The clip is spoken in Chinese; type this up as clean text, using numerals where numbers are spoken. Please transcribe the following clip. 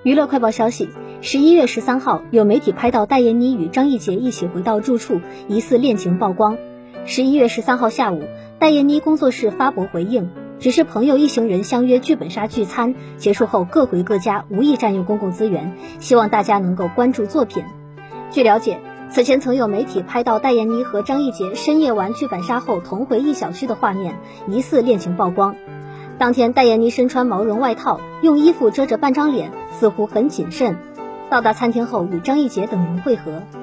娱乐快报消息，11月13号，有媒体拍到戴妍妮与张艺杰一起回到住处，疑似恋情曝光。11月13号下午，戴妍妮工作室发博回应，只是朋友一行人相约剧本杀聚餐，结束后各回各家，无意占用公共资源，希望大家能够关注作品。据了解，此前曾有媒体拍到戴妍妮和张艺杰深夜玩剧本杀后同回一小区的画面，疑似恋情曝光。当天，戴妍妮身穿毛绒外套，用衣服遮着半张脸，似乎很谨慎。到达餐厅后，与张艺杰等人会合。